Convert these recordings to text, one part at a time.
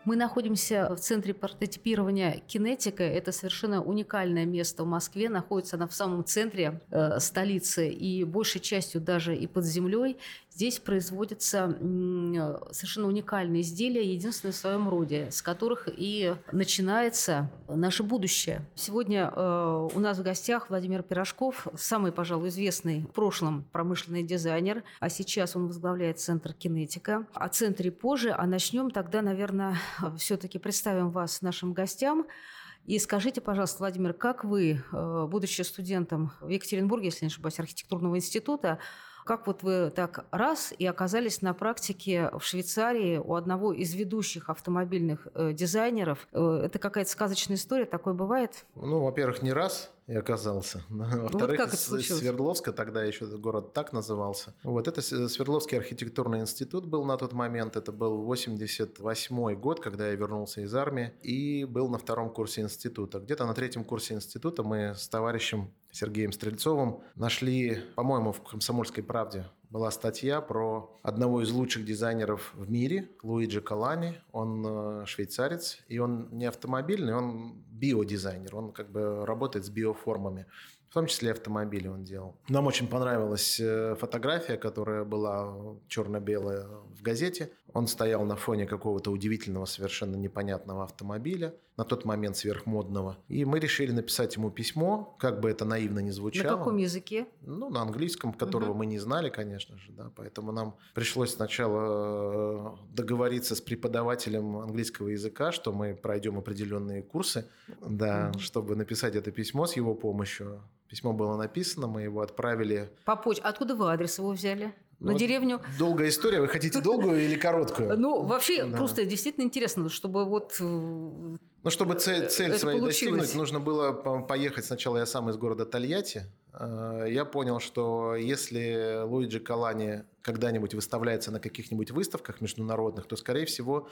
Мы находимся в центре прототипирования «Кинетика». Это совершенно уникальное место в Москве. Находится она в самом центре столицы и большей частью даже и под землей. Здесь производятся совершенно уникальные изделия, единственные в своем роде, с которых и начинается наше будущее. Сегодня у нас в гостях Владимир Пирожков, самый, пожалуй, известный в прошлом промышленный дизайнер, а сейчас он возглавляет центр «Кинетика». О центре позже, а начнем тогда, наверное, все-таки представим вас нашим гостям. И скажите, пожалуйста, Владимир, как вы, будучи студентом в Екатеринбурге, если не ошибаюсь, архитектурного института, как вот вы так раз и оказались на практике в Швейцарии у одного из ведущих автомобильных дизайнеров? Это какая-то сказочная история, такое бывает? Ну, во-первых, не раз я оказался. Во-вторых, вот из Свердловска, тогда еще этот город так назывался. Вот это Свердловский архитектурный институт был на тот момент. Это был 88-й год, когда я вернулся из армии и был на втором курсе института. Где-то на третьем курсе института мы с товарищем Сергеем Стрельцовым нашли, по-моему, в «Комсомольской правде» была статья про одного из лучших дизайнеров в мире, Луиджи Калани. Он швейцарец, и он не автомобильный, он биодизайнер. Он как бы работает с биоформами. В том числе автомобили он делал. Нам очень понравилась фотография, которая была черно-белая в газете. Он стоял на фоне какого-то удивительного, совершенно непонятного автомобиля, на тот момент сверхмодного. И мы решили написать ему письмо, как бы это наивно ни звучало. На каком языке? Ну, на английском, которого мы не знали, конечно же. Да. Поэтому нам пришлось сначала договориться с преподавателем английского языка, что мы пройдем определенные курсы, да, чтобы написать это письмо с его помощью. Письмо было написано, мы его отправили. По почте. Откуда вы адрес его взяли? На деревню? Долгая история. Вы хотите долгую или короткую? Ну, вообще, просто действительно интересно, чтобы вот... Ну, чтобы цель свою достигнуть, нужно было поехать. Сначала я сам из города Тольятти. Я понял, что если Луиджи Калани когда-нибудь выставляется на каких-нибудь выставках международных, то, скорее всего,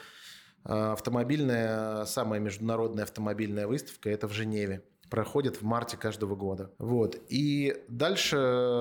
самая международная автомобильная выставка – это в Женеве. Проходит в марте каждого года. Вот. И дальше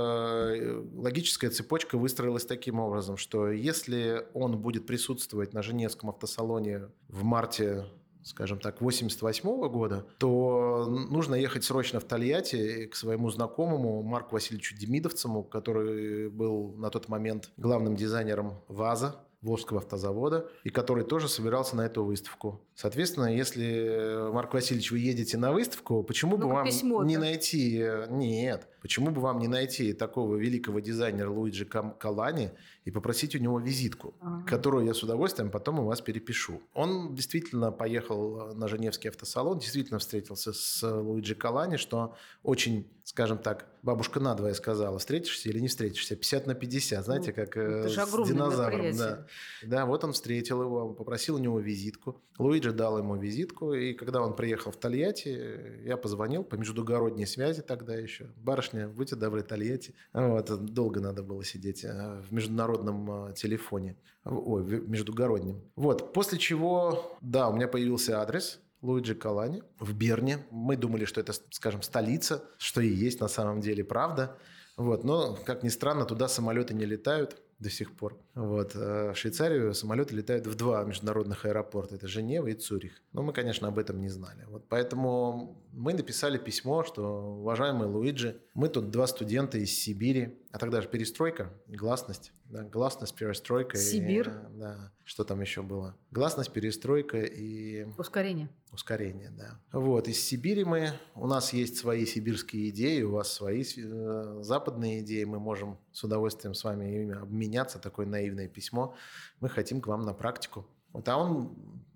логическая цепочка выстроилась таким образом, что если он будет присутствовать на Женевском автосалоне в марте, скажем так, 1988 года, то нужно ехать срочно в Тольятти к своему знакомому Марку Васильевичу Демидовцеву, который был на тот момент главным дизайнером ВАЗа, Волжского автозавода, и который тоже собирался на эту выставку. Соответственно, если, Марк Васильевич, вы едете на выставку, почему бы вам не найти... Нет. Почему бы вам не найти такого великого дизайнера Луиджи Калани и попросить у него визитку, которую я с удовольствием потом у вас перепишу. Он действительно поехал на Женевский автосалон, действительно встретился с Луиджи Калани, что очень, скажем так, бабушка надвое сказала, встретишься или не встретишься, 50/50, знаете, как с динозавром. Да, вот он встретил его, попросил у него визитку. Луиджи дал ему визитку, и когда он приехал в Тольятти, я позвонил по междугородней связи тогда еще. Барышня, будьте добры, Тольятти. Вот, долго надо было сидеть в международном телефоне. Ой, в междугороднем. Вот, после чего, да, у меня появился адрес Луиджи Калани в Берне. Мы думали, что это, скажем, столица, что и есть на самом деле правда. Вот, но, как ни странно, туда самолеты не летают до сих пор. Вот. В Швейцарию самолеты летают в 2 международных аэропорта. Это Женева и Цюрих. Но мы, конечно, об этом не знали. Вот поэтому мы написали письмо, что, уважаемый Луиджи, мы тут 2 студента из Сибири, а тогда же перестройка, гласность. Да, гласность, перестройка. Сибирь. Да. Что там еще было? Гласность, перестройка и... Ускорение. Ускорение, да. Вот, из Сибири мы. У нас есть свои сибирские идеи, у вас свои западные идеи. Мы можем с удовольствием с вами ими обменяться. Такое наивное письмо. Мы хотим к вам на практику. Вот, а он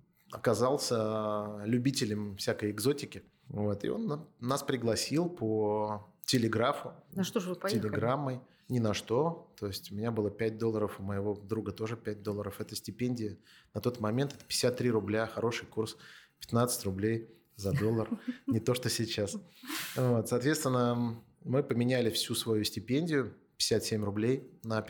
оказался любителем всякой экзотики. Вот, и он нас пригласил по телеграфу. На что же вы поехали? Телеграммой. Ни на что. То есть у меня было $5, у моего друга тоже $5. Это стипендия. На тот момент это 53 рубля, хороший курс. 15 рублей за доллар. Не то, что сейчас. Вот, соответственно, мы поменяли всю свою стипендию, 57 рублей, на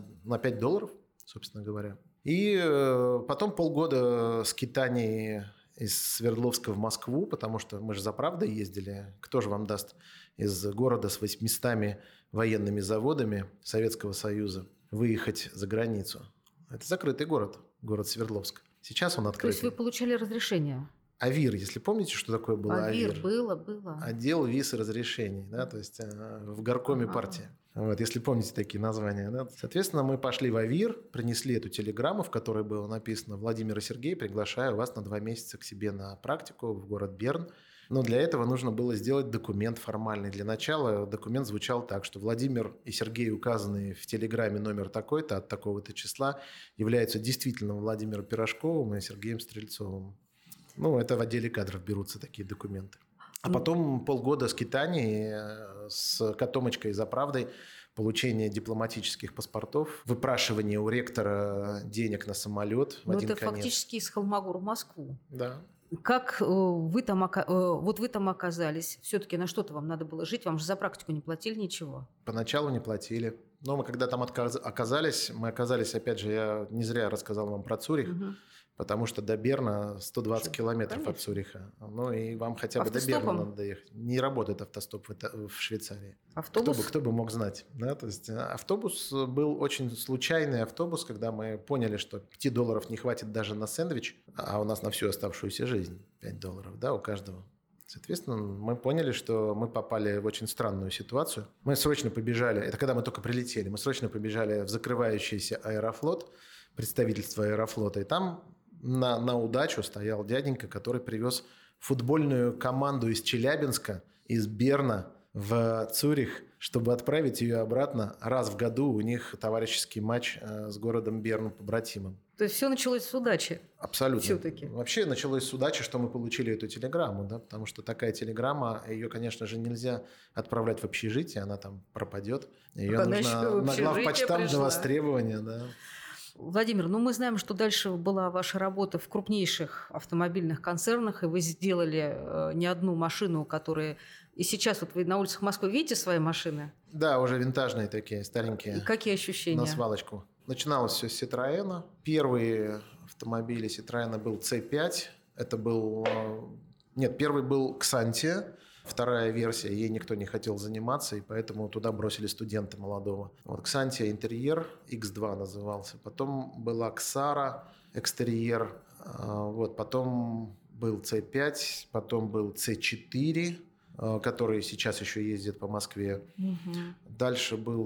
$5, собственно говоря. И потом полгода скитаний из Свердловска в Москву, потому что мы же за правдой ездили. Кто же вам даст из города с 800 военными заводами Советского Союза выехать за границу? Это закрытый город, город Свердловск. Сейчас он То открытый. есть вы получали разрешение? АВИР, если помните, что такое было АВИР? Было. Отдел виз и разрешений, да, то есть в горкоме партии. Вот, если помните такие названия. Да. Соответственно, мы пошли в АВИР, принесли эту телеграмму, в которой было написано: «Владимир и Сергей, приглашаю вас на 2 месяца к себе на практику в город Берн». Но для этого нужно было сделать документ формальный. Для начала документ звучал так, что Владимир и Сергей, указанные в телеграмме номер такой-то от такого-то числа, являются действительно Владимиром Пирожковым и Сергеем Стрельцовым. Ну, это в отделе кадров берутся такие документы. А потом полгода скитаний с котомочкой за правдой, получение дипломатических паспортов, выпрашивание у ректора денег на самолет в один конец. Это фактически из Холмогора в Москву. Да. Как вы там, вот вы там оказались? Все-таки на что-то вам надо было жить? Вам же за практику не платили ничего? Поначалу не платили. Но мы когда там оказались, опять же, я не зря рассказал вам про Цюрих, потому что до Берна 120 километров от Цюриха. Ну и вам хотя бы до Берна надо доехать. Не работает автостоп в Швейцарии. Автобус? Кто бы мог знать. Да? То есть автобус был очень случайный автобус, когда мы поняли, что $5 не хватит даже на сэндвич, а у нас на всю оставшуюся жизнь $5, да, у каждого. Соответственно, мы поняли, что мы попали в очень странную ситуацию. Мы срочно побежали, это когда мы только прилетели, мы срочно побежали в закрывающийся Аэрофлот, представительство Аэрофлота, и там на удачу стоял дяденька, который привез футбольную команду из Челябинска, из Берна в Цюрих, чтобы отправить ее обратно. Раз в году у них товарищеский матч с городом Берн, побратимым. То есть все началось с удачи? Абсолютно. Все-таки. Вообще началось с удачи, что мы получили эту телеграмму, да, потому что такая телеграмма, ее, конечно же, нельзя отправлять в общежитие, она там пропадет. Ее нужно на главпочтамт до востребования. Да. Владимир, мы знаем, что дальше была ваша работа в крупнейших автомобильных концернах, и вы сделали не одну машину, которая... И сейчас вот вы на улицах Москвы видите свои машины? Да, уже винтажные такие, старенькие. И какие ощущения? На свалочку. Начиналось все с Citroёn. Первые автомобили Citroёn был C5. Это был... Нет, первый был Xantia. Вторая версия, ей никто не хотел заниматься, и поэтому туда бросили студента молодого. Вот Xantia интерьер, X2 назывался. Потом была Xara экстерьер. Вот, потом был C5, потом был C4, который сейчас еще ездит по Москве. Дальше был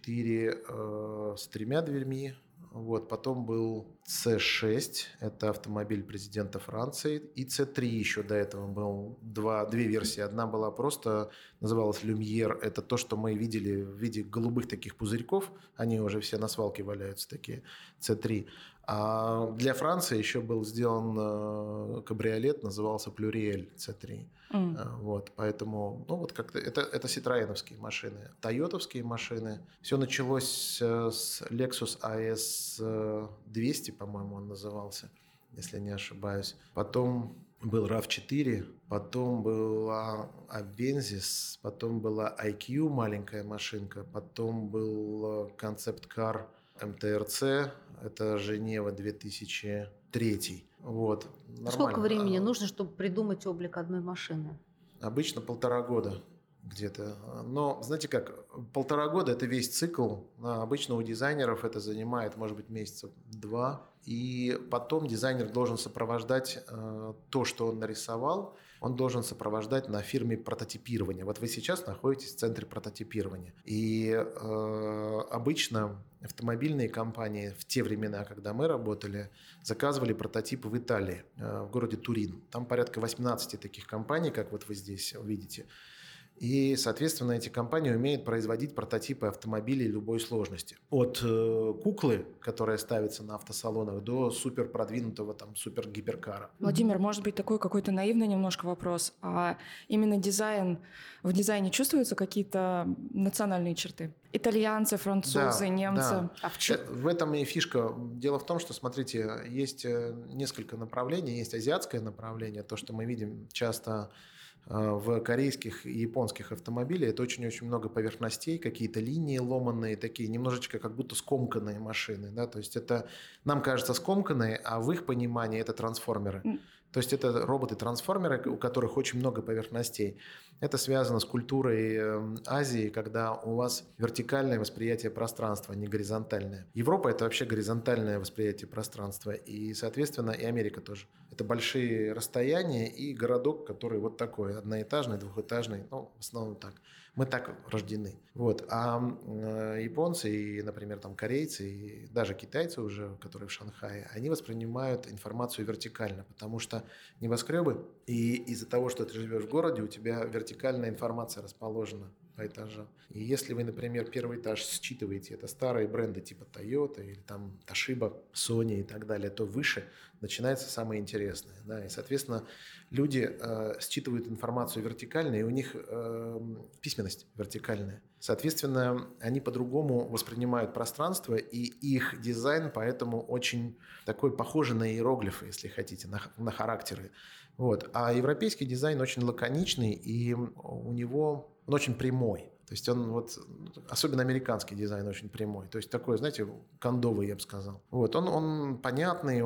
C4 с 3 дверьми. Вот, потом был C6, это автомобиль президента Франции, и C3 еще до этого был, две версии. Одна была просто, называлась Люмьер, это то, что мы видели в виде голубых таких пузырьков, они уже все на свалке валяются, такие C3. А для Франции еще был сделан кабриолет, назывался Плюриэль C3. Вот, поэтому, вот как-то это ситроеновские машины, тойотовские машины. Все началось с Lexus AS 200, по-моему, он назывался, если не ошибаюсь. Потом был RAV4, потом была Avensis, потом была IQ, маленькая машинка, потом был концепт-кар МТРЦ, это Женева 2003. Вот, нормально. Сколько времени нужно, чтобы придумать облик одной машины? Обычно 1,5 года где-то. Но, знаете как, 1,5 года – это весь цикл. Обычно у дизайнеров это занимает, может быть, месяцев 2. И потом дизайнер должен сопровождать то, что он нарисовал, он должен сопровождать на фирме прототипирования. Вот вы сейчас находитесь в центре прототипирования. И обычно автомобильные компании в те времена, когда мы работали, заказывали прототипы в Италии, в городе Турин. Там порядка 18 таких компаний, как вот вы здесь видите. И, соответственно, эти компании умеют производить прототипы автомобилей любой сложности. От куклы, которая ставится на автосалонах, до супер продвинутого супер гиперкара. Владимир, может быть, такой какой-то наивный немножко вопрос. А именно в дизайне чувствуются какие-то национальные черты? Итальянцы, французы, немцы? Да. В этом и фишка. Дело в том, что, смотрите, есть несколько направлений. Есть азиатское направление, то, что мы видим часто в корейских и японских автомобилях. Это очень-очень много поверхностей, какие-то линии ломанные, такие немножечко как будто скомканные машины. Да? То есть это нам кажется скомканные, а в их понимании это трансформеры. То есть это роботы-трансформеры, у которых очень много поверхностей. Это связано с культурой Азии, когда у вас вертикальное восприятие пространства, а не горизонтальное. Европа – это вообще горизонтальное восприятие пространства, и, соответственно, и Америка тоже. Это большие расстояния и городок, который вот такой, одноэтажный, двухэтажный, ну, в основном так. Мы так рождены. Вот. А японцы и, например, там, корейцы, и даже китайцы уже, которые в Шанхае, они воспринимают информацию вертикально, потому что небоскребы, и из-за того, что ты живешь в городе, у тебя вертикальная информация расположена по этажам. И если вы, например, первый этаж считываете, это старые бренды типа Toyota или там Toshiba, Sony и так далее, то выше начинается самое интересное. Да? И, соответственно, люди считывают информацию вертикально, и у них письменность вертикальная. Соответственно, они по-другому воспринимают пространство, и их дизайн поэтому очень такой похожий на иероглифы, если хотите, на характеры. Вот. А европейский дизайн очень лаконичный, и у него он очень прямой. То есть он вот, особенно американский дизайн очень прямой. То есть такой, знаете, кондовый, я бы сказал. Вот. Он понятный,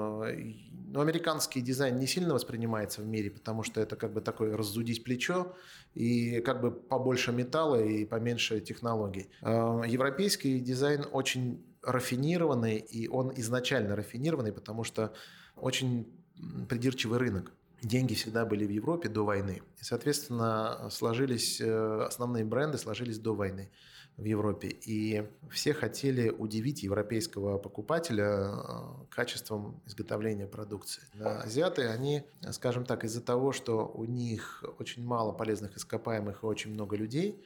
но американский дизайн не сильно воспринимается в мире, потому что это как бы такой разудись плечо и как бы побольше металла и поменьше технологий. Европейский дизайн очень рафинированный, и он изначально рафинированный, потому что очень придирчивый рынок. Деньги всегда были в Европе до войны. И, соответственно, основные бренды сложились до войны в Европе. И все хотели удивить европейского покупателя качеством изготовления продукции. Азиаты, они, скажем так, из-за того, что у них очень мало полезных ископаемых и очень много людей,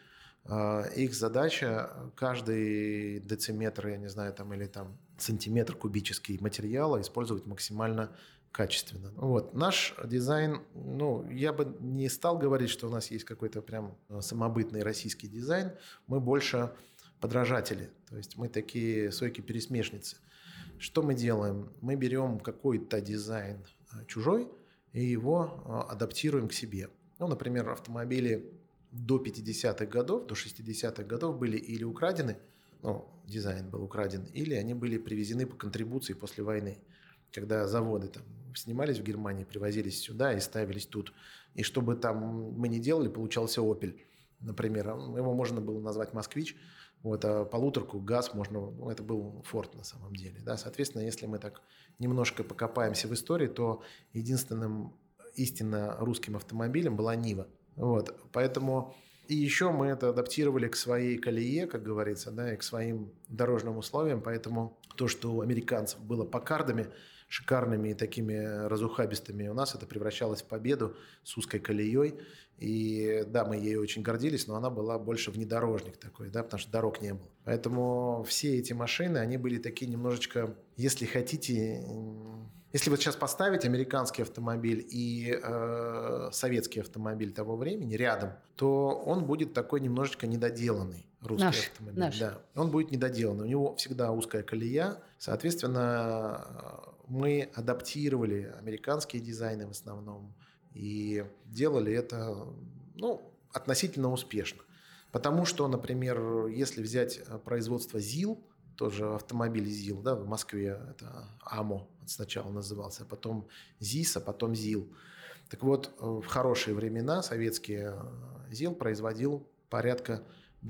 их задача каждый дециметр, я не знаю, там, или там сантиметр кубический материала использовать максимально качественно. Вот. Наш дизайн, я бы не стал говорить, что у нас есть какой-то прям самобытный российский дизайн. Мы больше подражатели. То есть мы такие сойки-пересмешницы. Что мы делаем? Мы берем какой-то дизайн чужой и его адаптируем к себе. Например, автомобили до 50-х годов, до 60-х годов были или украдены, дизайн был украден, или они были привезены по контрибуции после войны, когда заводы там снимались в Германии, привозились сюда и ставились тут. И чтобы там мы не делали, получался Opel, например. Его можно было назвать «Москвич», а полуторку, ГАЗ можно, это был Ford на самом деле. Да? Соответственно, если мы так немножко покопаемся в истории, то единственным истинно русским автомобилем была Нива. Поэтому и еще мы это адаптировали к своей колее, как говорится, да, и к своим дорожным условиям. Поэтому то, что у американцев было паккардами шикарными и такими разухабистыми, у нас это превращалось в победу с узкой колеей. И да, мы ей очень гордились, но она была больше внедорожник такой, да, потому что дорог не было. Поэтому все эти машины, они были такие немножечко, если хотите... Если вот сейчас поставить американский автомобиль и советский автомобиль того времени рядом, то он будет такой немножечко недоделанный, русский автомобиль. Наш. Да, он будет недоделанный. У него всегда узкая колея. Соответственно, мы адаптировали американские дизайны в основном и делали это относительно успешно. Потому что, например, если взять производство ЗИЛ, тоже автомобиль ЗИЛ, да, в Москве это АМО сначала назывался, а потом ЗИС, а потом ЗИЛ. Так вот, в хорошие времена советский ЗИЛ производил порядка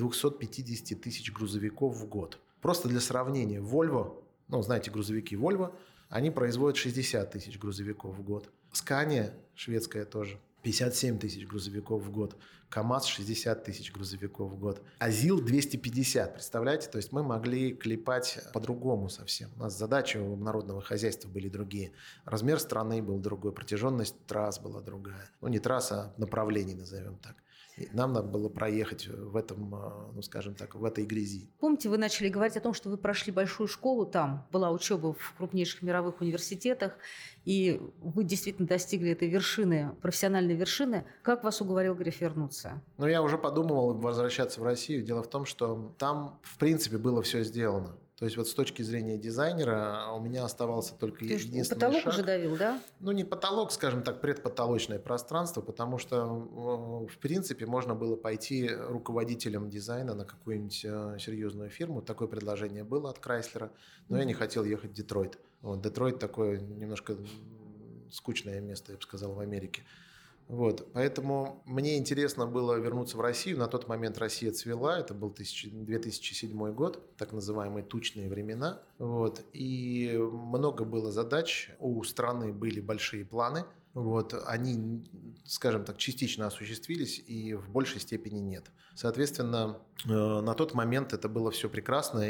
250 тысяч грузовиков в год. Просто для сравнения, Volvo, знаете, грузовики Volvo, они производят 60 тысяч грузовиков в год. Scania, шведская тоже, 57 тысяч грузовиков в год. КАМАЗ 60 тысяч грузовиков в год. А ЗИЛ 250, представляете? То есть мы могли клепать по-другому совсем. У нас задачи у народного хозяйства были другие. Размер страны был другой, протяженность трасс была другая. Не трасса, а направлений, назовем так. И нам надо было проехать в этом, скажем так, в этой грязи. Помните, вы начали говорить о том, что вы прошли большую школу, там была учеба в крупнейших мировых университетах, и вы действительно достигли этой вершины, профессиональной вершины. Как вас уговорил Греф вернуться? Я уже подумывал возвращаться в Россию. Дело в том, что там, в принципе, было все сделано. То есть с точки зрения дизайнера у меня оставался только единственный шаг. Потолок уже давил, да? Не потолок, скажем так, предпотолочное пространство, потому что, в принципе, можно было пойти руководителем дизайна на какую-нибудь серьезную фирму. Такое предложение было от Крайслера, но я не хотел ехать в Детройт. Детройт такой немножко скучное место, я бы сказал, в Америке. Вот, поэтому мне интересно было вернуться в Россию. На тот момент Россия цвела, это был 2007 год, так называемые тучные времена. Вот, и много было задач, у страны были большие планы. Вот, они, скажем так, частично осуществились и в большей степени нет. Соответственно, на тот момент это было все прекрасно,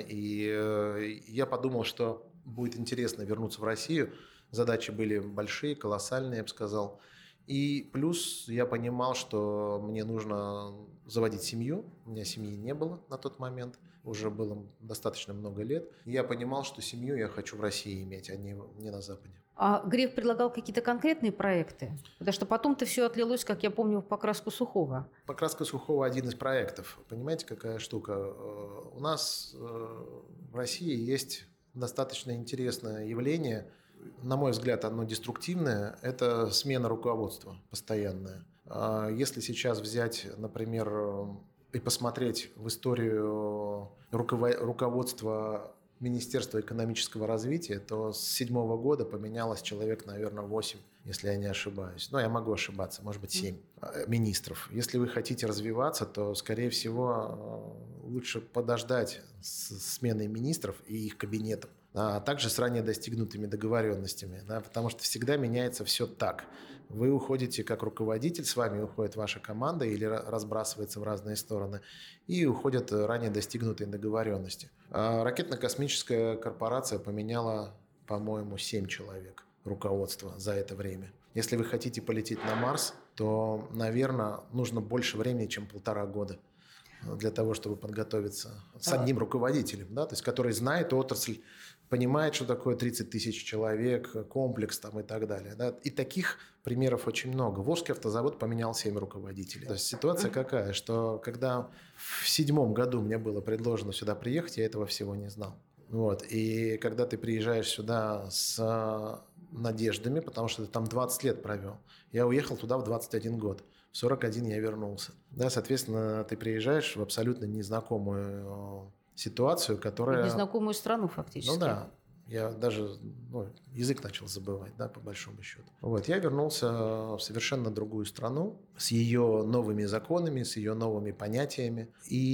и я подумал, что будет интересно вернуться в Россию. Задачи были большие, колоссальные, я бы сказал. И плюс я понимал, что мне нужно заводить семью. У меня семьи не было на тот момент. Уже было достаточно много лет. И я понимал, что семью я хочу в России иметь, а не на Западе. А Греф предлагал какие-то конкретные проекты? Потому что потом-то все отлилось, как я помню, в покраску сухого. Покраска сухого – один из проектов. Понимаете, какая штука? У нас в России есть достаточно интересное явление. На мой взгляд, оно деструктивное. Это смена руководства постоянная. Если сейчас взять, например, и посмотреть в историю руководства Министерства экономического развития, то с 2007 года поменялось человек, наверное, 8, если я не ошибаюсь. Но я могу ошибаться, может быть, 7 министров. Если вы хотите развиваться, то, скорее всего, лучше подождать с сменой министров и их кабинетов, а также с ранее достигнутыми договоренностями, да, потому что всегда меняется все так. Вы уходите как руководитель, с вами уходит ваша команда или разбрасывается в разные стороны, и уходят ранее достигнутые договоренности. Ракетно-космическая корпорация поменяла, по-моему, 7 человек руководства за это время. Если вы хотите полететь на Марс, то, наверное, нужно больше времени, чем 1,5 года для того, чтобы подготовиться с одним руководителем, да, то есть который знает отрасль, понимает, что такое 30 тысяч человек, комплекс там и так далее. Да. И таких примеров очень много. Волжский автозавод поменял 7 руководителей. То есть ситуация какая, что когда в 2007 году мне было предложено сюда приехать, я этого всего не знал. Вот. И когда ты приезжаешь сюда с надеждами, потому что ты там 20 лет провел, я уехал туда в 21 год. В 41 я вернулся. Да, соответственно, ты приезжаешь в абсолютно незнакомую ситуацию, которая... В незнакомую страну фактически. Ну да, я даже язык начал забывать, да, по большому счету. Вот, я вернулся в совершенно другую страну с ее новыми законами, с ее новыми понятиями.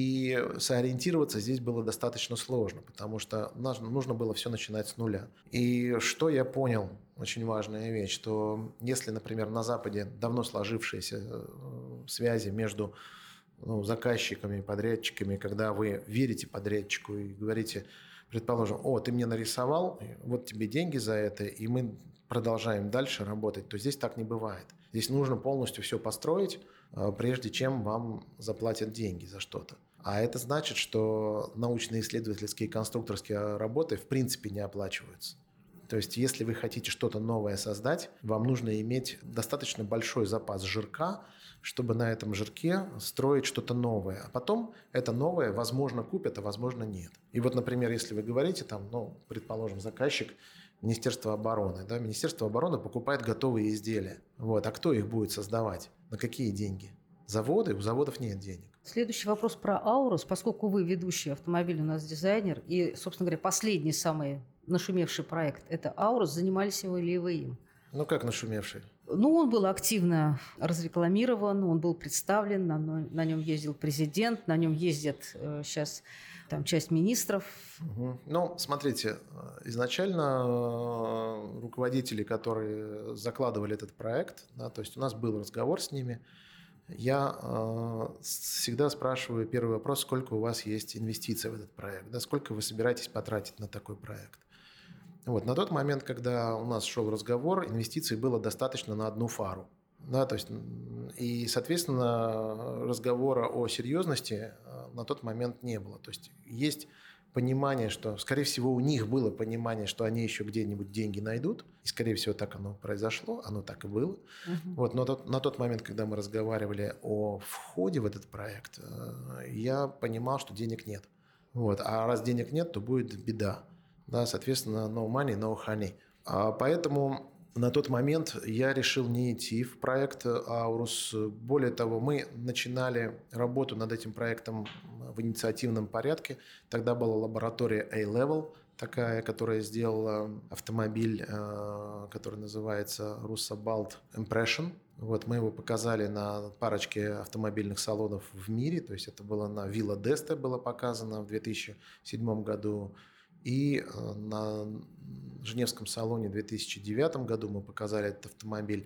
И сориентироваться здесь было достаточно сложно, потому что нужно было все начинать с нуля. И что я понял, очень важная вещь, что если, например, на Западе давно сложившиеся связи между заказчиками, подрядчиками, когда вы верите подрядчику и говорите, предположим, ты мне нарисовал, вот тебе деньги за это, и мы продолжаем дальше работать, то здесь так не бывает. Здесь нужно полностью все построить, прежде чем вам заплатят деньги за что-то. А это значит, что научно-исследовательские и конструкторские работы в принципе не оплачиваются. То есть, если вы хотите что-то новое создать, вам нужно иметь достаточно большой запас жирка, чтобы на этом жирке строить что-то новое. А потом это новое, возможно, купят, а возможно, нет. И вот, например, если вы говорите, предположим, заказчик Министерства обороны. Да, Министерство обороны покупает готовые изделия. Вот, а кто их будет создавать? На какие деньги? Заводы? У заводов нет денег. Следующий вопрос про Аурус. Поскольку вы ведущий автомобиль, у нас дизайнер, и, собственно говоря, последний самый нашумевший проект – это Аурус, занимались ли вы им? Как нашумевший? Он был активно разрекламирован, он был представлен, на нем ездил президент, на нем ездят сейчас часть министров. Угу. Смотрите, изначально руководители, которые закладывали этот проект, да, то есть у нас был разговор с ними, я всегда спрашиваю первый вопрос, сколько у вас есть инвестиций в этот проект, да, сколько вы собираетесь потратить на такой проект. Вот, на тот момент, когда у нас шел разговор, инвестиций было достаточно на одну фару. Да, то есть, и, соответственно, разговора о серьезности на тот момент не было. То есть есть понимание, что, скорее всего, у них было понимание, что они еще где-нибудь деньги найдут. И, скорее всего, так оно произошло, оно так и было. Вот, но на тот момент, когда мы разговаривали о входе в этот проект, я понимал, что денег нет. Вот, а раз денег нет, то будет беда. Да, соответственно, no money, no honey. Поэтому на тот момент я решил не идти в проект Аурус. Более того, мы начинали работу над этим проектом в инициативном порядке. Тогда была лаборатория A-Level, такая, которая сделала автомобиль, который называется Russabalt Impression. Вот, мы его показали на парочке автомобильных салонов в мире, то есть это было на Вилла d'Este было показано в 2007 году, и на Женевском салоне в 2009 году мы показали этот автомобиль.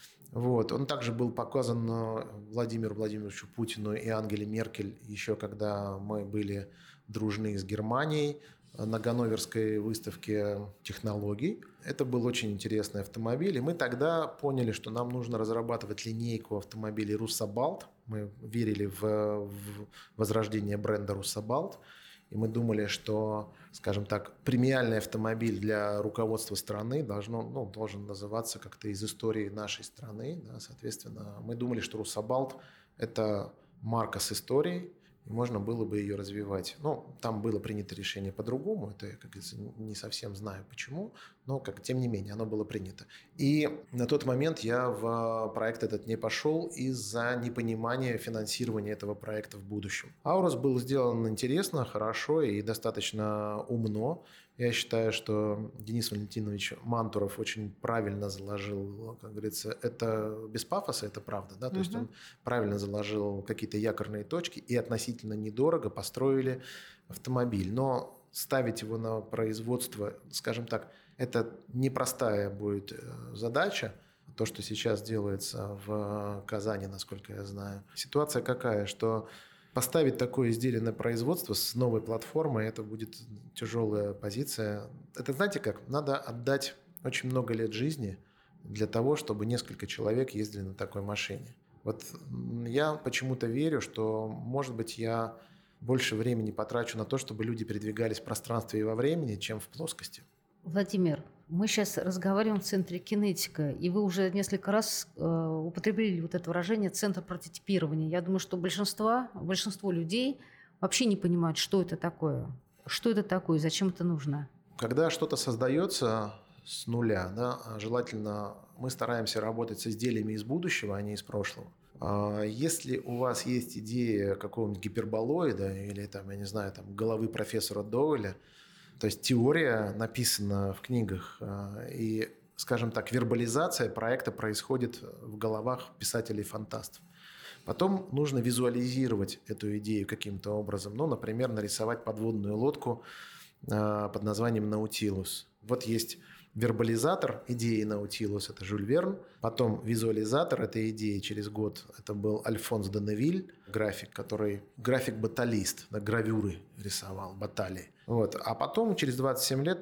Вот. Он также был показан Владимиру Владимировичу Путину и Ангеле Меркель еще когда мы были дружны с Германией на Ганноверской выставке технологий. Это был очень интересный автомобиль, и мы тогда поняли, что нам нужно разрабатывать линейку автомобилей Russabalt. Мы верили в возрождение бренда Russabalt, и мы думали, что, скажем так, премиальный автомобиль для руководства страны должен называться как-то из истории нашей страны. Да, соответственно, мы думали, что Russabalt – это марка с историей, и можно было бы ее развивать. Но там было принято решение по-другому. Это я, как говорится, не совсем знаю почему, но тем не менее оно было принято. И на тот момент я в проект этот не пошел из-за непонимания финансирования этого проекта в будущем. Аурус был сделан интересно, хорошо и достаточно умно. Я считаю, что Денис Валентинович Мантуров очень правильно заложил, как говорится, это без пафоса, это правда, да, то есть он правильно заложил какие-то якорные точки и относительно недорого построили автомобиль. Но ставить его на производство, скажем так, это непростая будет задача. То, что сейчас делается в Казани, насколько я знаю. Ситуация какая, что поставить такое изделие на производство с новой платформой, это будет тяжелая позиция. Это, знаете как, надо отдать очень много лет жизни для того, чтобы несколько человек ездили на такой машине. Вот я почему-то верю, что, может быть, я больше времени потрачу на то, чтобы люди передвигались в пространстве и во времени, чем в плоскости. Владимир, мы сейчас разговариваем в центре кинетика, и вы уже несколько раз употребили вот это выражение «центр прототипирования». Я думаю, что большинство людей вообще не понимают, что это такое, зачем это нужно. Когда что-то создается с нуля, да, желательно мы стараемся работать с изделиями из будущего, а не из прошлого. Если у вас есть идея какого-нибудь гиперболоида или там, я не знаю, там, головы профессора Доуэля, то есть теория написана в книгах, и, скажем так, вербализация проекта происходит в головах писателей-фантастов. Потом нужно визуализировать эту идею каким-то образом. Ну, например, нарисовать подводную лодку под названием «Наутилус». Вот есть вербализатор идеи «Наутилус» – это Жюль Верн. Потом визуализатор этой идеи через год – это был Альфонс де Невиль, график-баталист, гравюры рисовал, баталии. Вот. А потом, через 27 лет,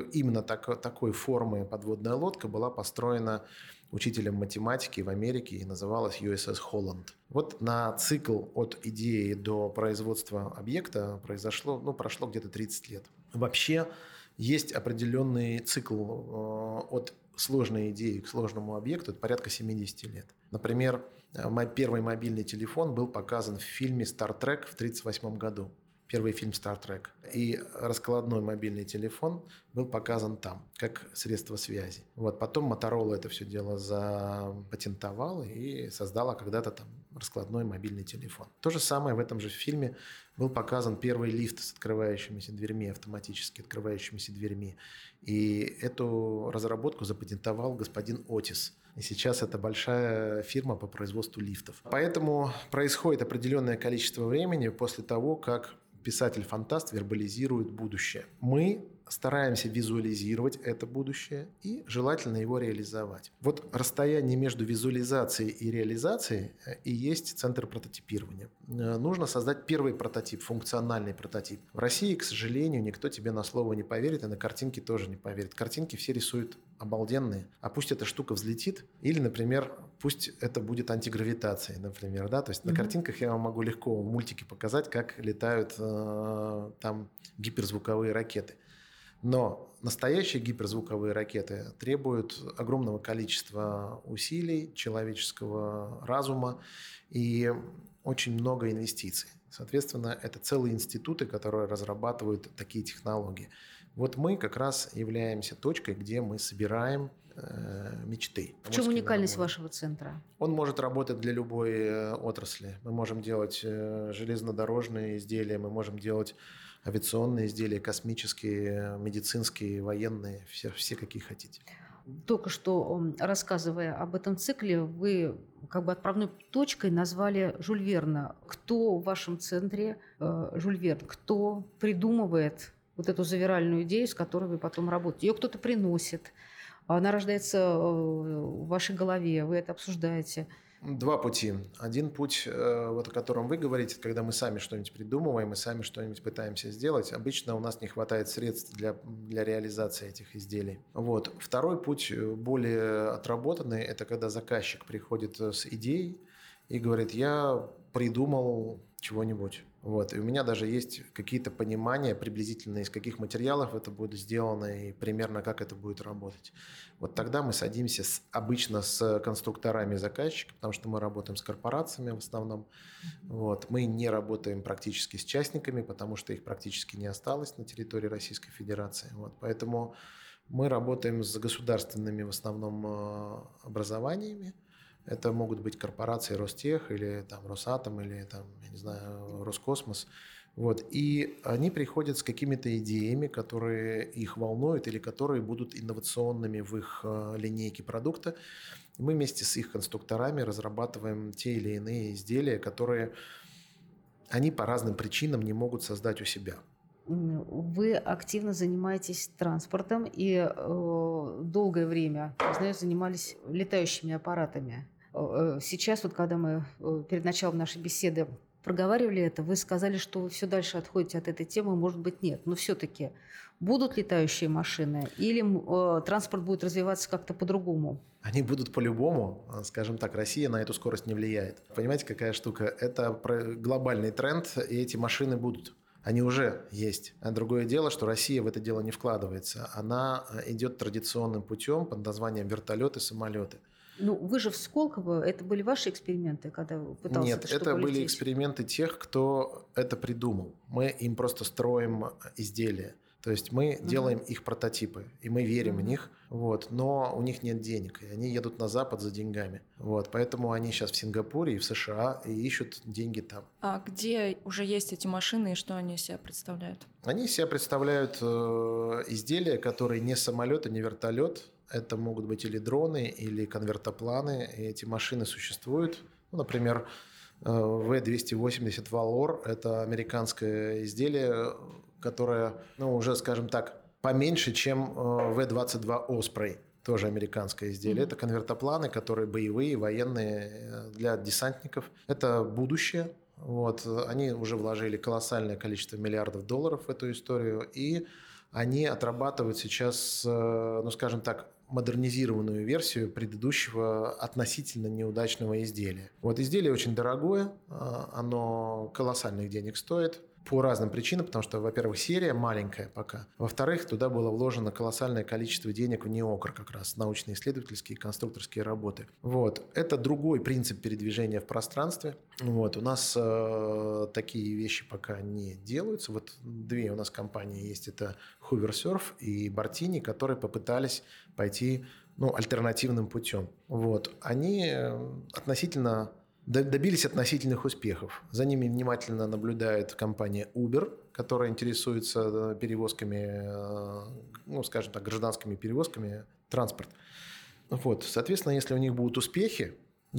такой формы подводная лодка была построена учителем математики в Америке и называлась USS Holland. Вот на цикл от идеи до производства объекта прошло где-то 30 лет. Вообще есть определенный цикл от сложной идеи к сложному объекту, это порядка 70 лет. Например, мой первый мобильный телефон был показан в фильме «Стар Трек» в 1938 году. Первый фильм «Стар Трек». И раскладной мобильный телефон был показан там, как средство связи. Вот. Потом Motorola это все дело запатентовала и создала когда-то там раскладной мобильный телефон. То же самое в этом же фильме был показан первый лифт с открывающимися дверьми, автоматически открывающимися дверьми. И эту разработку запатентовал господин Отис. И сейчас это большая фирма по производству лифтов. Поэтому происходит определенное количество времени после того, как писатель-фантаст вербализирует будущее. Мы стараемся визуализировать это будущее и желательно его реализовать. Вот расстояние между визуализацией и реализацией и есть центр прототипирования. Нужно создать первый прототип, функциональный прототип. В России, к сожалению, никто тебе на слово не поверит, и на картинки тоже не поверит. Картинки все рисуют обалденные, а пусть эта штука взлетит, или, например, пусть это будет антигравитацией, например, да, то есть на картинках я вам могу легко в мультике показать, как летают там гиперзвуковые ракеты. Но настоящие гиперзвуковые ракеты требуют огромного количества усилий, человеческого разума и очень много инвестиций. Соответственно, это целые институты, которые разрабатывают такие технологии. Вот мы как раз являемся точкой, где мы собираем мечты. В чем уникальность вашего центра? Он может работать для любой отрасли. Мы можем делать железнодорожные изделия, мы можем делать авиационные изделия, космические, медицинские, военные, все какие хотите. Только что, рассказывая об этом цикле, вы как бы отправной точкой назвали Жюль Верна. Кто в вашем центре Жюль Верн? Кто придумывает вот эту завиральную идею, с которой вы потом работаете? Ее кто-то приносит, она рождается в вашей голове, вы это обсуждаете. Два пути. Один путь, вот о котором вы говорите, когда мы сами что-нибудь придумываем, мы сами что-нибудь пытаемся сделать, обычно у нас не хватает средств для реализации этих изделий. Вот. Второй путь, более отработанный, это когда заказчик приходит с идеей и говорит: я придумал чего-нибудь. Вот. И у меня даже есть какие-то понимания приблизительно, из каких материалов это будет сделано и примерно как это будет работать. Вот тогда мы садимся обычно с конструкторами заказчика, потому что мы работаем с корпорациями в основном. Вот. Мы не работаем практически с частниками, потому что их практически не осталось на территории Российской Федерации. Вот. Поэтому мы работаем с государственными в основном образованиями. Это могут быть корпорации Ростех или там Росатом или там, я не знаю, Роскосмос. Вот. И они приходят с какими-то идеями, которые их волнуют или которые будут инновационными в их линейке продукта. И мы вместе с их конструкторами разрабатываем те или иные изделия, которые они по разным причинам не могут создать у себя. Вы активно занимаетесь транспортом и долгое время, знаю, занимались летающими аппаратами. Сейчас, вот когда мы перед началом нашей беседы проговаривали это, вы сказали, что вы все дальше отходите от этой темы, может быть, нет. Но все-таки будут летающие машины или транспорт будет развиваться как-то по-другому? Они будут по-любому, скажем так, Россия на эту скорость не влияет. Понимаете, какая штука? Это глобальный тренд, и эти машины будут. Они уже есть. А другое дело, что Россия в это дело не вкладывается. Она идет традиционным путем под названием вертолеты, самолеты. Ну, вы же в Сколково, это были ваши эксперименты, когда вы пытался Нет, это были эксперименты тех, кто это придумал. Мы им просто строим изделия. То есть мы делаем их прототипы, и мы верим в них, вот, но у них нет денег, и они едут на Запад за деньгами. Вот, поэтому они сейчас в Сингапуре и в США и ищут деньги там. А где уже есть эти машины и что они из себя представляют? Они из себя представляют изделия, которые не самолет и не вертолет. Это могут быть или дроны, или конвертопланы. И эти машины существуют. Ну, например, В-280 Valor – это американское изделие, которое, ну, уже, скажем так, поменьше, чем В-22 Osprey. Тоже американское изделие. Это конвертопланы, которые боевые, военные, для десантников. Это будущее. Вот. Они уже вложили колоссальное количество миллиардов долларов в эту историю. И они отрабатывают сейчас, ну, скажем так, модернизированную версию предыдущего относительно неудачного изделия. Вот изделие очень дорогое, оно колоссальных денег стоит по разным причинам, потому что, во-первых, серия маленькая пока, во-вторых, туда было вложено колоссальное количество денег в НИОКР, как раз научно-исследовательские и конструкторские работы. Вот. Это другой принцип передвижения в пространстве. Вот. У нас такие вещи пока не делаются. Вот две у нас компании есть, это Hoover Surf и Бартини, которые попытались пойти, ну, альтернативным путем. Вот. Они добились относительных успехов. За ними внимательно наблюдает компания Uber, которая интересуется перевозками, ну, скажем так, гражданскими перевозками, транспорт. Вот. Соответственно, если у них будут успехи,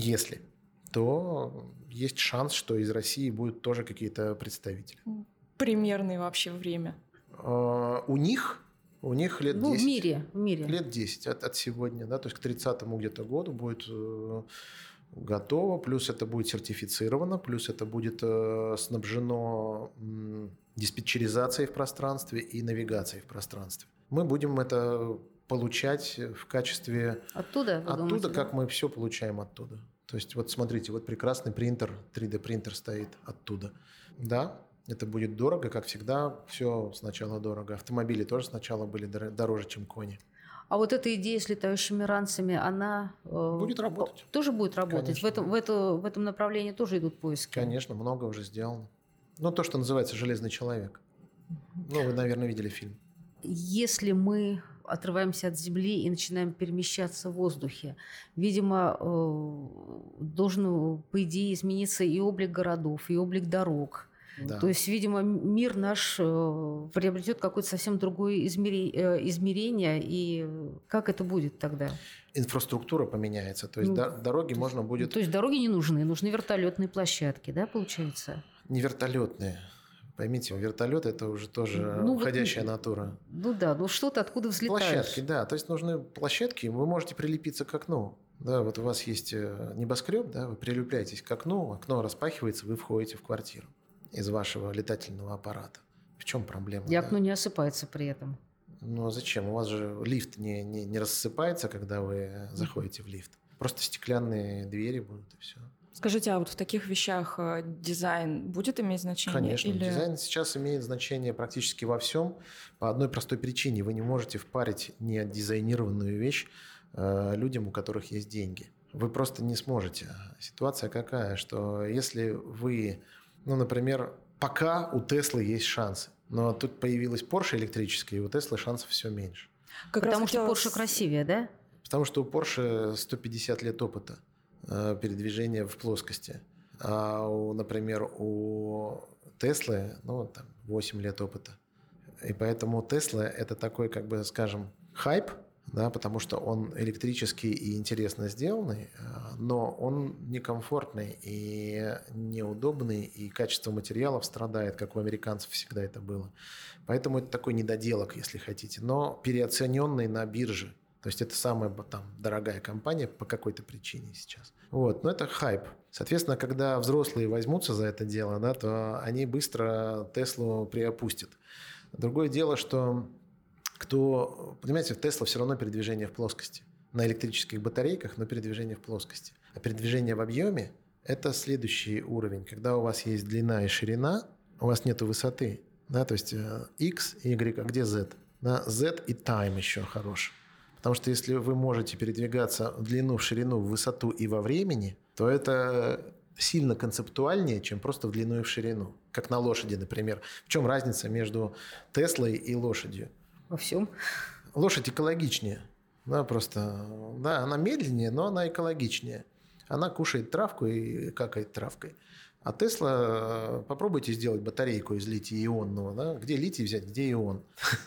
то есть шанс, что из России будут тоже какие-то представители. Примерное вообще время? У них лет 10. Ну, в мире. Лет 10 от сегодня, да, то есть к 30-му где-то году будет готово, плюс это будет сертифицировано, плюс это будет снабжено диспетчеризацией в пространстве и навигацией в пространстве. Мы будем это получать в качестве... Оттуда, думаете, как мы все получаем оттуда. То есть вот смотрите, вот прекрасный принтер, 3D-принтер стоит оттуда. Да, это будет дорого, как всегда, все сначала дорого. Автомобили тоже сначала были дороже, чем кони. А вот эта идея с летающими ранцами, она будет работать. Тоже будет работать. В этом направлении тоже идут поиски. Конечно, много уже сделано. Ну, то, что называется «Железный человек». Ну, вы, наверное, видели фильм. Если мы отрываемся от земли и начинаем перемещаться в воздухе. Видимо, должен, по идее, измениться и облик городов, и облик дорог. Да. То есть, видимо, мир наш приобретет какое-то совсем другое измерение. И как это будет тогда? Инфраструктура поменяется. То есть дороги можно будет... То есть дороги не нужны, нужны вертолетные площадки, да, получается? Не вертолетные. Поймите, вертолет – это уже тоже уходящая натура. Ну да, что-то откуда взлетаешь. Площадки, да. То есть нужны площадки, вы можете прилепиться к окну. Да, вот у вас есть небоскреб, да, вы прилепляетесь к окну, окно распахивается, вы входите в квартиру из вашего летательного аппарата. В чем проблема? И окно не осыпается при этом. Ну а зачем? У вас же лифт не рассыпается, когда вы заходите в лифт. Просто стеклянные двери будут, и все. Скажите, а вот в таких вещах дизайн будет иметь значение? Конечно. Или... Дизайн сейчас имеет значение практически во всем по одной простой причине. Вы не можете впарить неотдизайнированную вещь людям, у которых есть деньги. Вы просто не сможете. Ситуация какая, что если вы, например, пока у Теслы есть шансы, но тут появилась Porsche электрическая, и у Теслы шансов все меньше. Потому что Porsche красивее, да? Потому что у Porsche 150 лет опыта передвижения в плоскости. А, например, у Теслы, 8 лет опыта. И поэтому Тесла – это такой, как бы, скажем, хайп, да, потому что он электрический и интересно сделанный, но он некомфортный и неудобный, и качество материалов страдает, как у американцев всегда это было. Поэтому это такой недоделок, если хотите, но переоцененный на бирже. То есть это самая дорогая компания по какой-то причине сейчас. Вот. Но это хайп. Соответственно, когда взрослые возьмутся за это дело, да, то они быстро Теслу приопустят. Другое дело, что понимаете, в Тесла все равно передвижение в плоскости. На электрических батарейках, но передвижение в плоскости. А передвижение в объеме – это следующий уровень. Когда у вас есть длина и ширина, у вас нет высоты. Да, то есть X, Y, а где Z? Да, Z и time еще хорош. Потому что если вы можете передвигаться в длину, в ширину, в высоту и во времени, то это сильно концептуальнее, чем просто в длину и в ширину. Как на лошади, например. В чем разница между Теслой и лошадью? Во всем. Лошадь экологичнее. Да, она медленнее, но она экологичнее. Она кушает травку и какает травкой. А Тесла, попробуйте сделать батарейку из лития-ионного. Да? Где литий взять, где ион?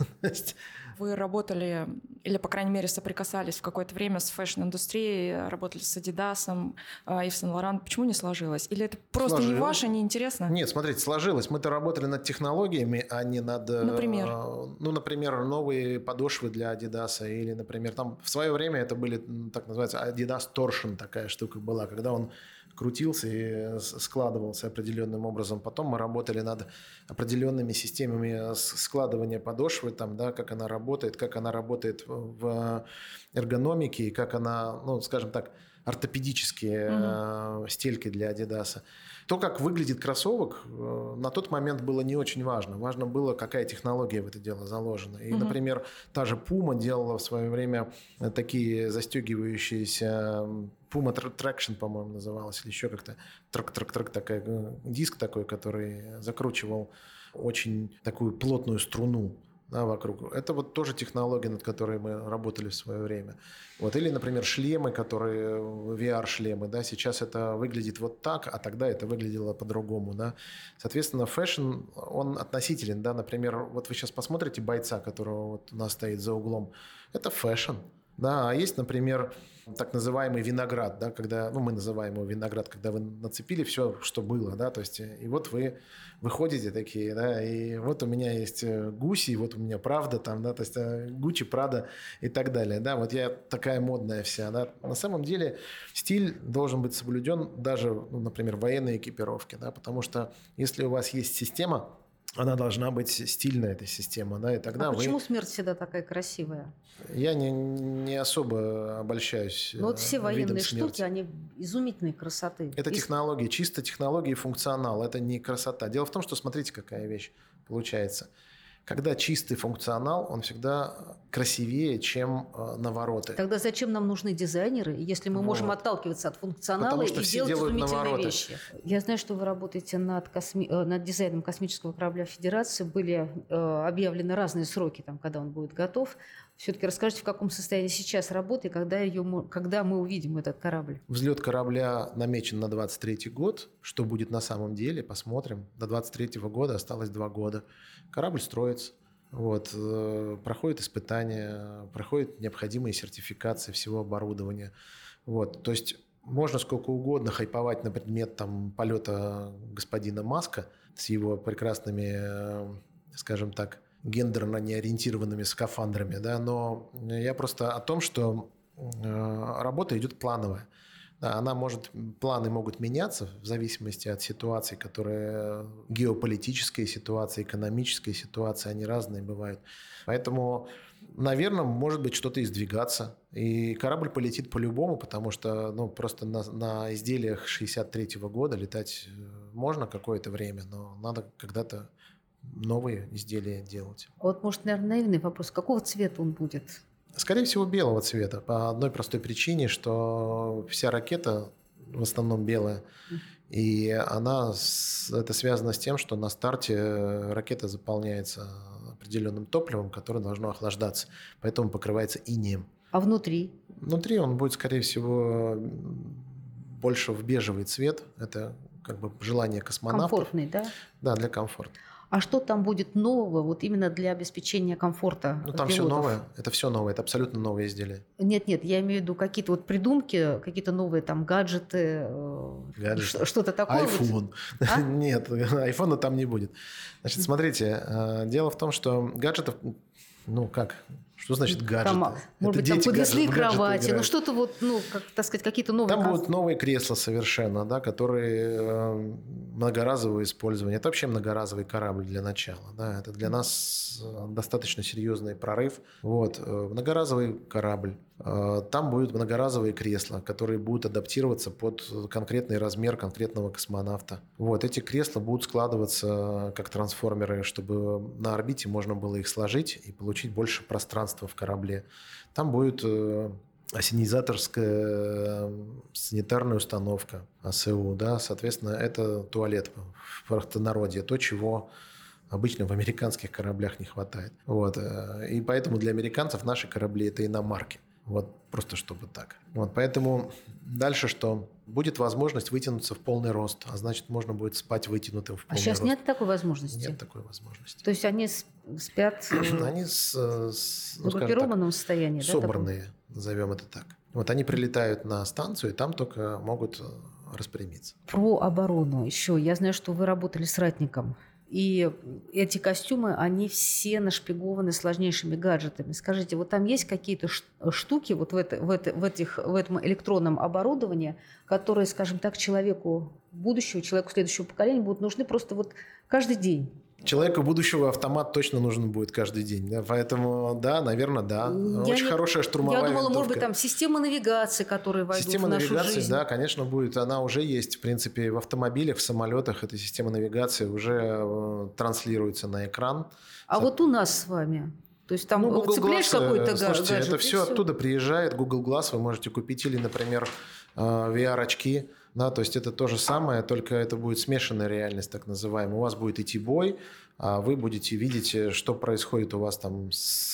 Вы работали, или, по крайней мере, соприкасались в какое-то время с фэшн-индустрией, работали с Адидасом, Ив Сен-Лоран. Почему не сложилось? Или это просто сложилось. Не ваше, не интересно? Нет, смотрите, сложилось. Мы-то работали над технологиями, а не над... Например? Например, новые подошвы для Адидаса. Или, например, там в свое время это были, так называется, Adidas Torsion такая штука была, когда он крутился и складывался определенным образом. Потом мы работали над определенными системами складывания подошвы, как она работает в эргономике, и как она, скажем так, ортопедические стельки для Адидаса. То, как выглядит кроссовок, на тот момент было не очень важно. Важно было, какая технология в это дело заложена. И, например, та же Puma делала в свое время такие застегивающиеся... Puma Traction, по-моему, называлась, или еще как-то. Трак, диск такой, который закручивал очень такую плотную струну, да, вокруг. Это вот тоже технология, над которой мы работали в свое время. Вот. Или, например, шлемы, которые VR-шлемы. Да, сейчас это выглядит вот так, а тогда это выглядело по-другому. Да. Соответственно, фэшн, он относителен. Да. Например, вот вы сейчас посмотрите бойца, которого вот у нас стоит за углом. Это фэшн. Да, а есть, например, так называемый виноград, да, когда, мы называем его виноград, когда вы нацепили все, что было, да, то есть, и вот вы выходите такие, да, и вот у меня есть гуси, вот у меня правда там, да, то есть Гуччи, Прада и так далее, да, вот я такая модная вся, да. На самом деле стиль должен быть соблюден даже, например, в военной экипировке, да, потому что если у вас есть система, она должна быть стильная, эта система, да, и тогда почему смерть всегда такая красивая? Я не особо обольщаюсь. Но вот все военные смерти. штуки, они изумительной красоты. Это технологии, чисто технологии и функционал, это не красота. Дело в том, что смотрите, какая вещь получается. Когда чистый функционал, он всегда красивее, чем навороты. Тогда зачем нам нужны дизайнеры, если мы можем отталкиваться от функционала и делать изумительные вещи? Я знаю, что вы работаете над дизайном космического корабля Федерации. Были объявлены разные сроки, когда он будет готов. Все-таки расскажите, в каком состоянии сейчас работа и когда мы увидим этот корабль? Взлет корабля намечен на 2023 год. Что будет на самом деле, посмотрим. До 2023 года осталось 2 года. Корабль строится. Проходит испытания, проходят необходимые сертификации всего оборудования. То есть можно сколько угодно хайповать на предмет полета господина Маска с его прекрасными, скажем так, гендерно неориентированными скафандрами, но я просто о том, что работа идет плановая. Планы могут меняться в зависимости от ситуации, геополитической ситуации, экономической ситуации, они разные бывают. Поэтому, наверное, может быть что-то издвигаться. И корабль полетит по-любому, потому что просто на изделиях 1963 года летать можно какое-то время, но надо когда-то новые изделия делать. Может, наверное, наивный вопрос. Какого цвета он будет? Скорее всего, белого цвета. По одной простой причине, что вся ракета в основном белая. И это связано с тем, что на старте ракета заполняется определенным топливом, которое должно охлаждаться. Поэтому покрывается инеем. А внутри? Внутри он будет, скорее всего, больше в бежевый цвет. Это желание космонавта. Комфортный, да? Да, для комфорта. А что там будет нового, именно для обеспечения комфорта там пилотов? все новое. Это все новое. Это абсолютно новые изделия. Нет, я имею в виду какие-то придумки, какие-то новые гаджеты. Что-то такое. iPhone. А? Нет, айфона там не будет. Значит, смотрите, дело в том, что гаджетов, что значит гаджеты? Может быть, подвесные кровати, что-то какие-то новые. Там будут новые кресла совершенно, которые многоразового использования. Это вообще многоразовый корабль для начала. Это для нас достаточно серьезный прорыв. Многоразовый корабль. Там будут многоразовые кресла, которые будут адаптироваться под конкретный размер конкретного космонавта. Эти кресла будут складываться как трансформеры, чтобы на орбите можно было их сложить и получить больше пространства в корабле. Там будет ассенизаторская санитарная установка АСУ. Соответственно, это туалет в простонародье, то, чего обычно в американских кораблях не хватает. И поэтому для американцев наши корабли – это иномарки. Просто чтобы так. Поэтому дальше что? Будет возможность вытянуться в полный рост, а значит, можно будет спать вытянутым в полный рост. А сейчас нет такой возможности? Нет такой возможности. То есть они спят они в группированном состоянии? Собранные, назовем это так. Они прилетают на станцию, и там только могут распрямиться. Про оборону еще. Я знаю, что вы работали с ратником. И эти костюмы, они все нашпигованы сложнейшими гаджетами. Скажите, там есть какие-то штуки в этом электронном оборудовании, которые, скажем так, человеку будущего, человеку следующего поколения будут нужны просто каждый день? Человеку будущего автомат точно нужен будет каждый день. Поэтому, наверное, да. Очень хорошая штурмовая винтовка. Я думала, может быть, система навигации, которая войдет в нашу жизнь. Система навигации, да, конечно, будет. Она уже есть, в принципе, в автомобилях, в самолетах. Эта система навигации уже транслируется на экран. А у нас с вами? То есть там Google цепляешь Glass, какой-то слушайте, гаджет? это все оттуда приезжает. Google Glass вы можете купить. Или, например, VR-очки. То есть это то же самое, только это будет смешанная реальность, так называемая. У вас будет идти бой, а вы будете видеть, что происходит у вас там с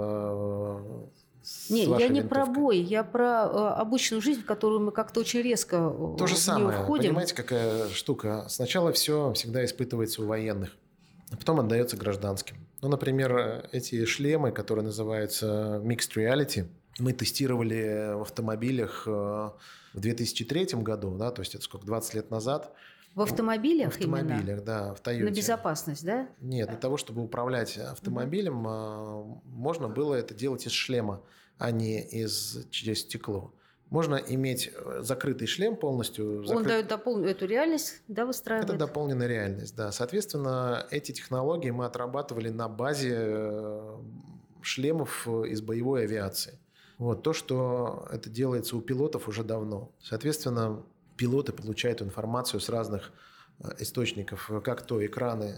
Нет, я не про бой, я про обычную жизнь, в которую мы как-то очень резко то же самое. входим. Понимаете, какая штука? Сначала все всегда испытывается у военных, а потом отдается гражданским. Например, эти шлемы, которые называются Mixed Reality, мы тестировали в автомобилях в 2003 году, то есть это 20 лет назад. В автомобилях В автомобилях, да, в Toyota. На безопасность, да? Нет, для того, чтобы управлять автомобилем, можно было это делать из шлема, а не через стекло. Можно иметь закрытый шлем полностью. Он дает эту реальность, выстраивает? Это дополненная реальность, да. Соответственно, эти технологии мы отрабатывали на базе шлемов из боевой авиации. То, что это делается у пилотов уже давно. Соответственно, пилоты получают информацию с разных источников, как то экраны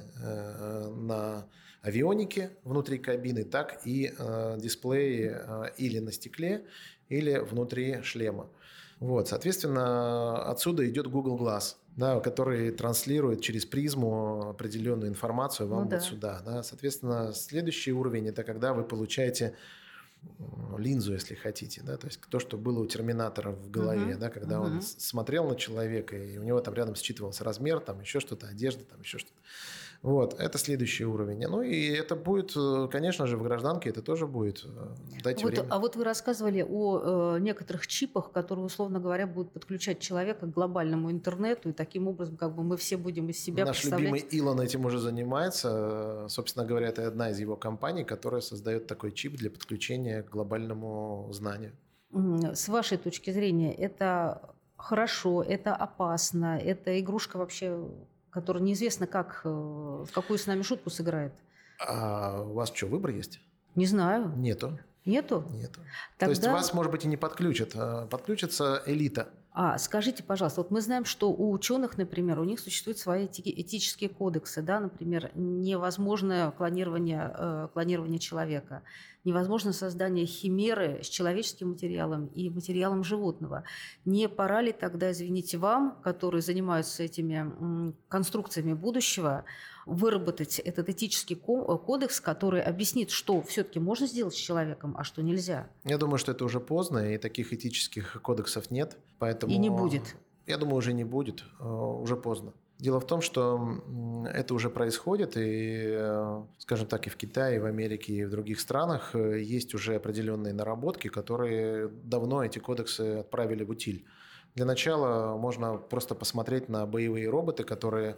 на авионике внутри кабины, так и дисплеи или на стекле, или внутри шлема. Вот, соответственно, отсюда идет Google Glass, да, который транслирует через призму определенную информацию вам вот сюда. Да. Соответственно, следующий уровень – это когда вы получаете линзу, если хотите, да, то есть то, что было у терминатора в голове, да, когда он смотрел на человека, и у него там рядом считывался размер, там еще что-то, одежда, там еще что-то. Вот, это следующий уровень. Ну и это будет, конечно же, в гражданке это тоже будет. Дайте время. А вот вы рассказывали о некоторых чипах, которые, условно говоря, будут подключать человека к глобальному интернету, и таким образом как бы мы все будем из себя Наш представлять... любимый Илон этим уже занимается. Собственно говоря, это одна из его компаний, которая создает такой чип для подключения к глобальному знанию. С вашей точки зрения, это хорошо, это опасно, это игрушка вообще... который неизвестно, в какую с нами шутку сыграет. А у вас что, выбор есть? Не знаю. Нету. Нету? Нету. Тогда... То есть вас, может быть, и не подключат. Подключится элита. Скажите, пожалуйста, вот мы знаем, что у ученых, например, у них существуют свои этические кодексы, да, например, невозможно клонирование человека, невозможно создание химеры с человеческим материалом и материалом животного. Не пора ли тогда, извините, вам, которые занимаются этими конструкциями будущего, выработать этот этический кодекс, который объяснит, что все-таки можно сделать с человеком, а что нельзя? Я думаю, что это уже поздно, и таких этических кодексов нет. Поэтому, и не будет? Я думаю, уже не будет, уже поздно. Дело в том, что это уже происходит, и, скажем так, и в Китае, и в Америке, и в других странах есть уже определенные наработки, которые давно эти кодексы отправили в утиль. Для начала можно просто посмотреть на боевые роботы, которые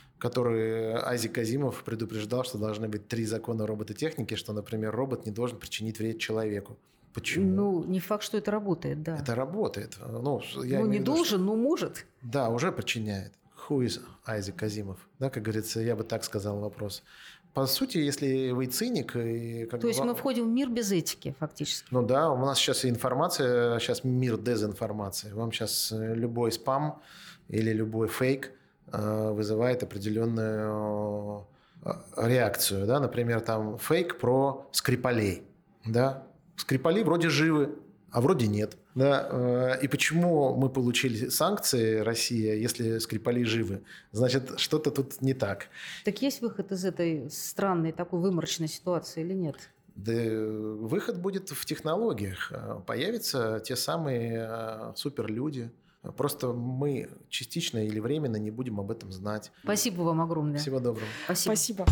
Азик Азимов предупреждал, что должны быть 3 закона робототехники, что, например, робот не должен причинить вред человеку. Почему? Не факт, что это работает, да. Это работает. Не должен, но может. Да, уже причиняет. Who is Азик Азимов? Да, как говорится, я бы так сказал вопрос. По сути, если вы циник... То есть мы входим в мир без этики, фактически. Ну да, у нас сейчас информация, сейчас мир дезинформации. Вам сейчас любой спам или любой фейк вызывает определенную реакцию. Да? Например, там фейк про Скрипалей. Да? Скрипали вроде живы, а вроде нет. Да? И почему мы получили санкции, Россия, если Скрипали живы? Значит, что-то тут не так. Так есть выход из этой странной, такой выморочной ситуации или нет? Да, выход будет в технологиях. Появятся те самые суперлюди. Просто мы частично или временно не будем об этом знать. Спасибо вам огромное. Всего доброго. Спасибо.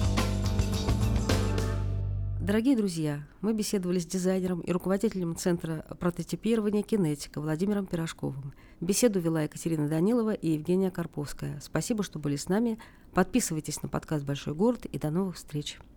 Дорогие друзья, мы беседовали с дизайнером и руководителем Центра прототипирования «Кинетика» Владимиром Пирожковым. Беседу вела Екатерина Данилова и Евгения Карповская. Спасибо, что были с нами. Подписывайтесь на подкаст «Большой город» и до новых встреч.